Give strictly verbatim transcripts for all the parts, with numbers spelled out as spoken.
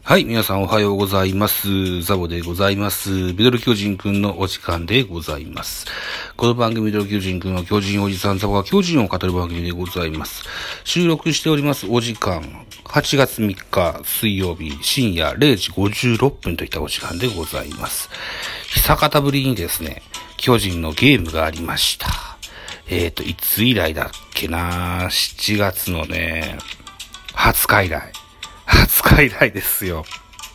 はい、皆さんおはようございます。ザボでございます。ミドル巨人くんのお時間でございます。この番組ミドル巨人くんは巨人おじさんザボが巨人を語る番組でございます。収録しておりますお時間、はちがつみっか水曜日深夜れいじごじゅうろっぷんといったお時間でございます。久方ぶりにですね、巨人のゲームがありました。えーと、いつ以来だっけな、しちがつのね、はつか以来。はつか以来ですよ。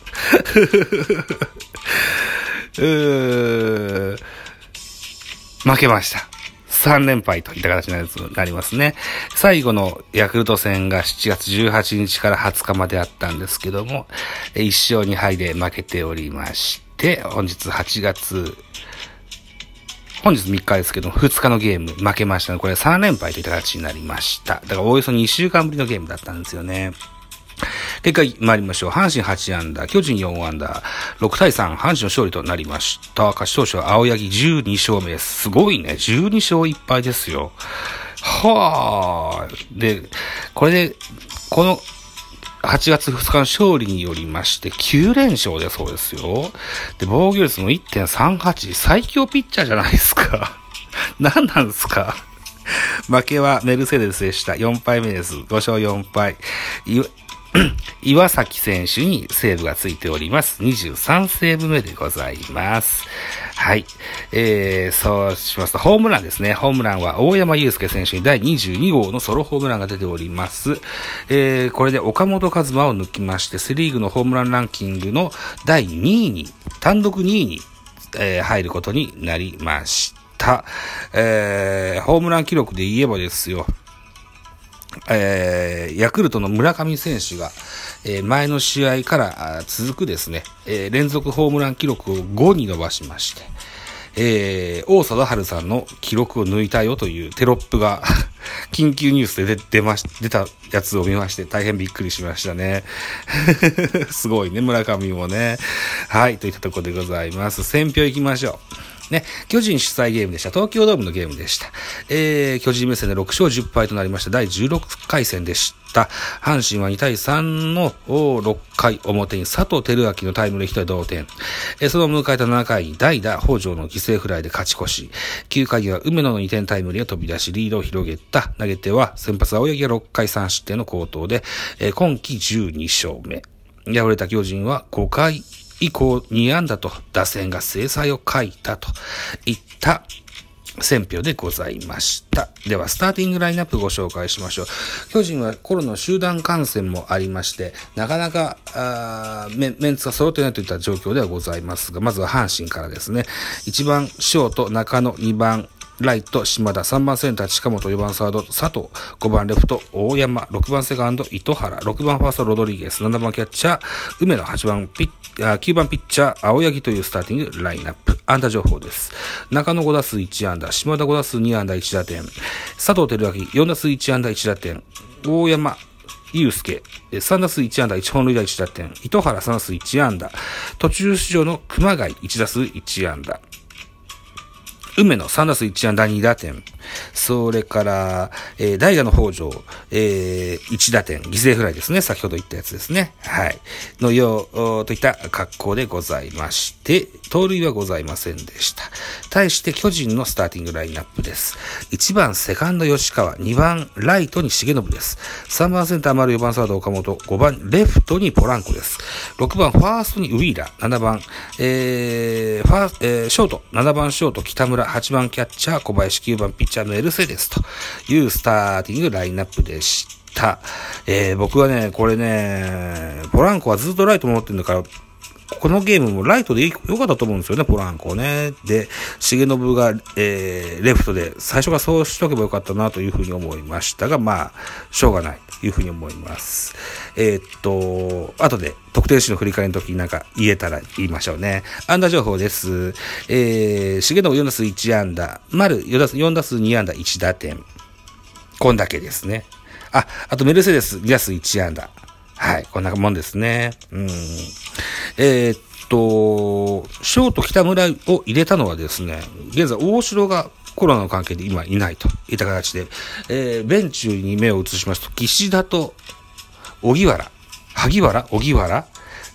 うー負けました。さんれんぱいといった形になりますね。最後のヤクルト戦がしちがつじゅうはちにちからはつかまであったんですけども、いっしょうにはいで負けておりまして、本日はちがつ、本日みっかですけど、ふつかのゲーム負けましたね。これさんれんぱいといった形になりました。だからおよそにしゅうかんぶりのゲームだったんですよね。結果参りましょう。阪神はちあんだ、巨人よんあんだ、ろくたいさん、阪神の勝利となりました。勝ち投手は青柳じゅうにしょうめです。すごいね。じゅうにしょういっぱいですよ。はぁ。で、これで、このはちがつふつかの勝利によりまして、きゅうれんしょうだそうですよ。で、防御率も いってんさんはち、最強ピッチャーじゃないですか。何なんですか。負けはメルセデスでした。よんぱいめです。ごしょうよんぱい。岩崎選手にセーブがついております。にじゅうさんセーブめでございます。はい。えー、そうしますと、ホームランですね。ホームランは大山祐介選手にだいにじゅうにごうのソロホームランが出ております。えー、これで岡本和真を抜きまして、セリーグのホームランランキングのだいにいに、単独にいに、えー、入ることになりました。えー、ホームラン記録で言えばですよ。えー、ヤクルトの村上選手が、えー、前の試合から続くですね、えー、連続ホームラン記録をごに伸ばしまして、えー、王貞治さんの記録を抜いたよというテロップが緊急ニュースで 出, 出まし出たやつを見まして大変びっくりしましたね。すごいね、村上もね。はい、といったところでございます。選票行きましょう。ね、巨人主催ゲームでした。東京ドームのゲームでした。えー、巨人目線でろくしょうじゅっぱいとなりました。だいじゅうろっかいせんでした。阪神はにたいさんのろっかい表に佐藤輝明のタイムリーヒットで同点。えー、そのまま迎えたななかいに代打北條の犠牲フライで勝ち越し。きゅうかいには梅野のにてんタイムリーが飛び出しリードを広げた。投げては先発青柳がろっかいさんしってんの好投で、えー、今季じゅうにしょうめ。敗れた巨人はごかい以降にあんだと打線が精彩を欠いたといった選評でございました。ではスターティングラインナップご紹介しましょう。巨人はコロナの集団感染もありましてなかなかあメ, メンツが揃っていないといった状況ではございますが、まずは阪神からですね。いちばんショート中野、にばんライト島田、さんばんセンター近本、よんばんサード佐藤、ごばんレフト大山、ろくばんセカンド糸原、ろくばんファーストロドリゲス、ななばんキャッチャー梅野、はちばんピッきゅうばんピッチャー青柳というスターティングラインナップ。安打情報です。中野ごだすういちあんだ、島田ごだすうにあんだいちだてん、佐藤輝明よんだすういちあんだいちだてん、大山祐介さんだすういちあんだいちほんるいだいちだてん、糸原さんだすういちあんだ、途中出場の熊谷いちだすういちあんだ、梅野さんだすういちあんだにだてん、それから、えー、代打の北条、えー、いちだてん、犠牲フライですね。先ほど言ったやつですね。はい。のよう、といった格好でございまして、盗塁はございませんでした。対して巨人のスターティングラインナップです。いちばんセカンド吉川、にばんライトに重信です。さんばんセンター丸、よんばんサード岡本、ごばんレフトにポランコです。ろくばんファーストにウィーラー、ななばん、えー、ファー、えー、ショート、ななばんショート北村、はちばんキャッチャー小林、きゅうばんピッチャーメルセデスというスターティングラインナップでした。えー、僕はね、これね、ポランコはずっとライト守ってるんだから、このゲームもライトで良かったと思うんですよね、ポランコね。で、重信が、えー、レフトで最初からそうしとけばよかったなというふうに思いましたが、まあ、しょうがないというふうに思います。えー、っと、後で得点手の振り返りの時になんか言えたら言いましょうね。安打情報です。えー、重信よんだすういちあんだ、丸よんだすうにあんだいちだてん。こんだけですね。あ、あとメルセデスにだすういちあんだ。はい、こんなもんですね。うん。えー、っと、ショート北村を入れたのはですね、現在大城がコロナの関係で今いないといった形で、えー、ベンチに目を移しますと、岸田と荻原、萩原、荻原、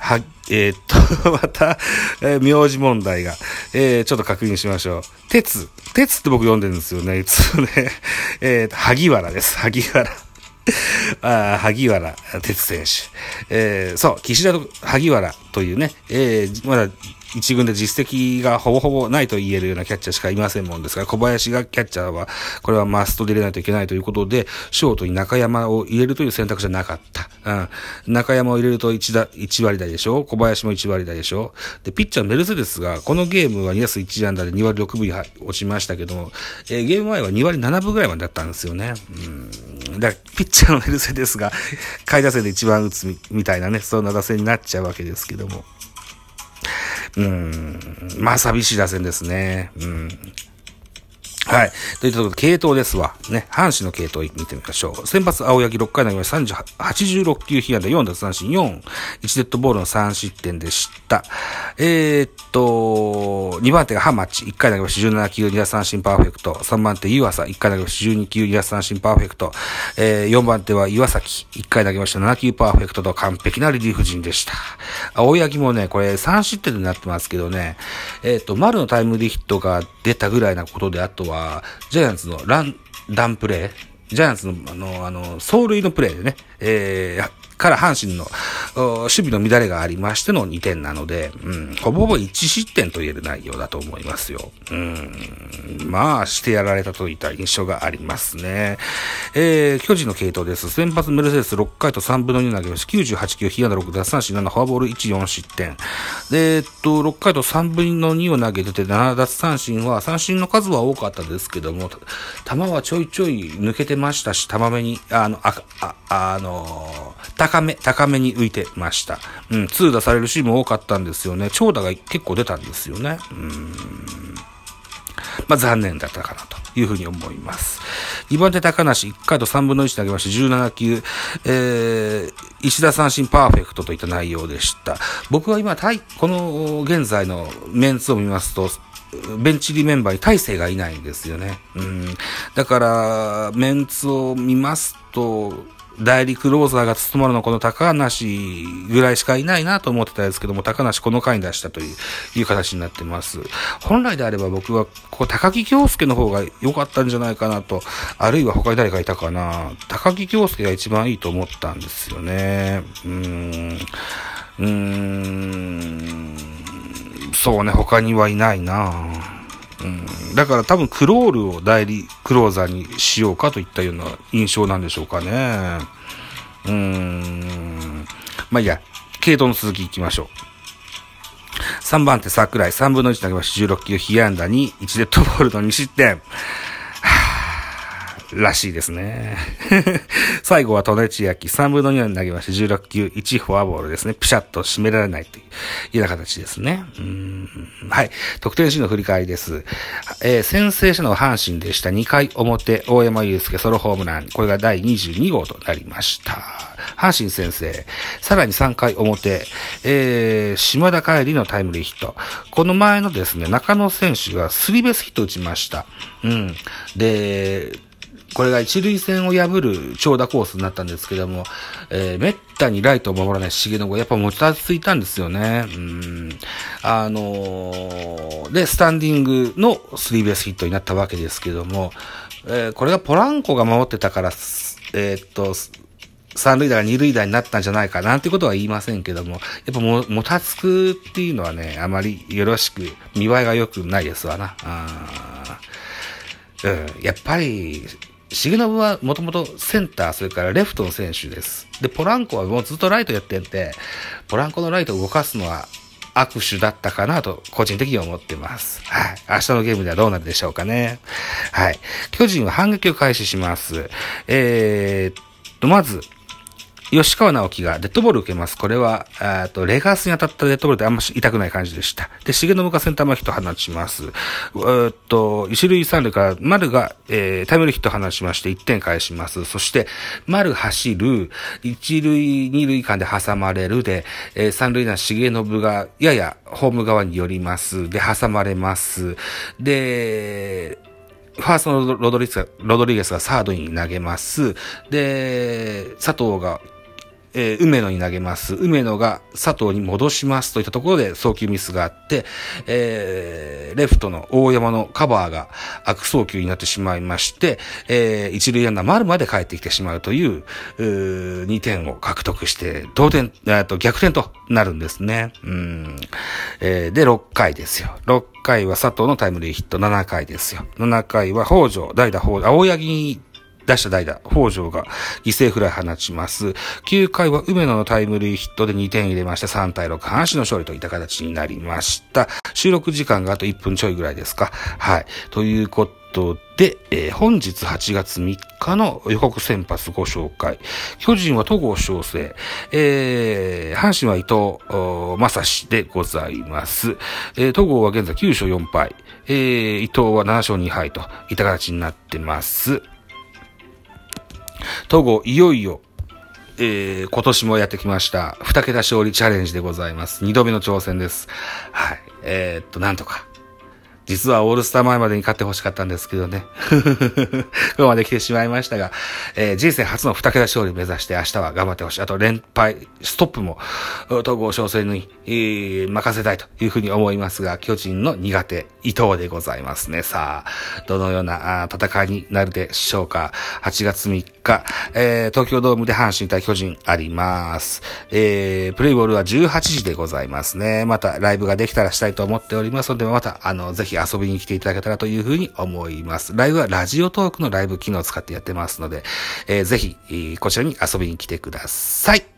は、えー、っと、また、えー、名字問題が、えー、ちょっと確認しましょう。鉄。鉄って僕読んでるんですよね。いつもね。えー、っと、萩原です。萩原。あ萩原哲選手。えー、そう、岸田と萩原というね、えー、まだ一軍で実績がほぼほぼないと言えるようなキャッチャーしかいませんもんですが、小林がキャッチャーは、これはマストで入れないといけないということで、ショートに中山を入れるという選択肢はなかった。うん。中山を入れると一打、一割台でしょ、小林も一割台でしょ。で、ピッチャーメルセデスが、このゲームはに打数いち安打でに割ろくぶに落ちましたけども、えー、ゲーム前はに割ななぶぐらいまでだったんですよね。うん。だからピッチャーのメルセデスが、下位打線で一番打つ み, みたいなね、そんな打線になっちゃうわけですけども。うーん。まあ、寂しい打線ですね。うん。はい。といったところで、系統ですわ。ね。阪神の系統見てみましょう。先発青柳ろっかい投げました。はちじゅうろく球被安打よん奪三振よん、いちデッドボールのさん失点でした。えー、っと、にばん手がハマチ。いっかい投げました。じゅうなな球に奪三振パーフェクト。さんばん手湯浅。いっかい投げました。じゅうに球に奪三振パーフェクト。えー、よんばん手は岩崎。いっかい投げました。なな球パーフェクトと完璧なリリーフ陣でした。青柳もね、これさん失点になってますけどね、えー、っと、丸のタイムリーヒットが出たぐらいなことで、あとは、ジャイアンツのラン、ダンプレー、ジャイアンツのあの、あの、走塁のプレーでね、えー、から阪神の守備の乱れがありましてのにてんなので、うん、ほぼほぼいち失点と言える内容だと思いますよ。うん、まあ、してやられたといった印象がありますね。えー、巨人の系統です。先発メルセデスろっかいとさんぶんのに投げました。きゅうじゅうはち球、被安打ろく、奪三振なな、フォアボールいち、よん失点。で、えっと、ろっかいとさんぶんのにを投げてて、なな奪三振は、三振の数は多かったですけども、球はちょいちょい抜けてましたし、球目に、あの、あ、あ、あの、高め、高めに浮いてました。うん、痛打されるシーンも多かったんですよね。長打が結構出たんですよね。うん。まあ、残念だったかなというふうに思います。にばん手高梨、いっかいとさんぶんのいち投げまして、じゅうなな球、えー、いち打三振パーフェクトといった内容でした。僕は今、この現在のメンツを見ますと、ベンチリメンバーに大勢がいないんですよね。うん。だから、メンツを見ますと、代理クローザーが務まるのはこの高梨ぐらいしかいないなと思ってたんですけども、高梨この回に出したという、いう形になってます。本来であれば僕は、ここ高木京介の方が良かったんじゃないかなと、あるいは他に誰かいたかな。高木京介が一番いいと思ったんですよね。うーん。うーん。そうね、他にはいないな。うん、だから多分クロールを代理クローザーにしようかといったような印象なんでしょうかね。うーん。まあいいや、系統の続きいきましょう。さんばん手桜井、さんぶんのいち投げました。じゅうろく球、被安打に、いちデッドボールのに失点。らしいですね。最後はトネチヤキ、さんぶんのにを投げまして、じゅうろく球、いちフォアボールですね。ピシャッと締められないというような形ですね。うーん、はい。得点シーンの振り返りです。えー、先制したのは阪神でした。にかい表、大山祐介ソロホームラン。これがだいにじゅうに号となりました。阪神先制。さらにさんかい表、えー、島田帰りのタイムリーヒット。この前のですね、中野選手がスリーベースヒット打ちました。うん。で、これが一塁線を破る長打コースになったんですけども、えー、めったにライトを守らない重信がやっぱ持ちついたんですよね。うん。あのー、で、スタンディングのスリーベースヒットになったわけですけども、えー、これがポランコが守ってたから、えー、っと、三塁打が二塁打になったんじゃないかなっていうことは言いませんけども、やっぱも、もたつくっていうのはね、あまりよろしく、見栄えが良くないですわな。あうん、やっぱり、重信はもともとセンター、それからレフトの選手です。で、ポランコはもうずっとライトやってんで、ポランコのライトを動かすのは握手だったかなと、個人的には思ってます。はい。明日のゲームではどうなるでしょうかね。はい。巨人は反撃を開始します。えーっと、まず、吉川直樹がデッドボールを受けます。これは、えっと、レガースに当たったデッドボールであんま痛くない感じでした。で、重信がセンター前ヒットを放ちます。えっと、一塁三塁から丸が、えー、タイムリーヒットを放ちましていってん返します。そして、丸走る、一塁二塁間で挟まれるで、えー、三塁ラン重信がややホーム側に寄ります。で、挟まれます。で、ファーストのロドリゲスが、ロドリゲスがサードに投げます。で、佐藤がえー、梅野に投げます。梅野が佐藤に戻しますといったところで送球ミスがあって、えー、レフトの大山のカバーが悪送球になってしまいまして、えー、一塁ランナー丸まで帰ってきてしまうという、うーにてんを獲得して、同点、あと逆転となるんですね。うん、えー、で、ろっかいですよ。ろっかいは佐藤のタイムリーヒット、ななかいですよ。ななかいは北条、代打北条、青柳に出した代打、北条が犠牲フライ放ちます。きゅうかいは梅野のタイムリーヒットでにてん入れましてさんたいろく、阪神の勝利といった形になりました。収録時間があといっぷんちょいぐらいですか。はい。ということで、えー、本日はちがつみっかの予告先発ご紹介。巨人は戸郷翔征、えー、阪神は伊藤正史でございます。えー、戸郷は現在きゅうしょうよんぱい、えー、伊藤はななしょうにはいといった形になってます。戸郷、いよいよ、えー、今年もやってきました。二桁勝利チャレンジでございます。二度目の挑戦です。はい。えー、っと、なんとか。実はオールスター前までに勝ってほしかったんですけどね。ここまで来てしまいましたが、えー、人生初の二桁勝利を目指して明日は頑張ってほしい。あと連敗、ストップも、戸郷翔征に、えー、任せたいというふうに思いますが、巨人の苦手、伊藤でございますね。さあ、どのような戦いになるでしょうか。はちがつみっか、えー、東京ドームで阪神対巨人あります。えー、プレイボールはじゅうはちじでございますね。またライブができたらしたいと思っておりますので、また、あの、ぜひ遊びに来ていただけたらというふうに思います。ライブはラジオトークのライブ機能を使ってやってますので、えー、ぜひ、こちらに遊びに来てください。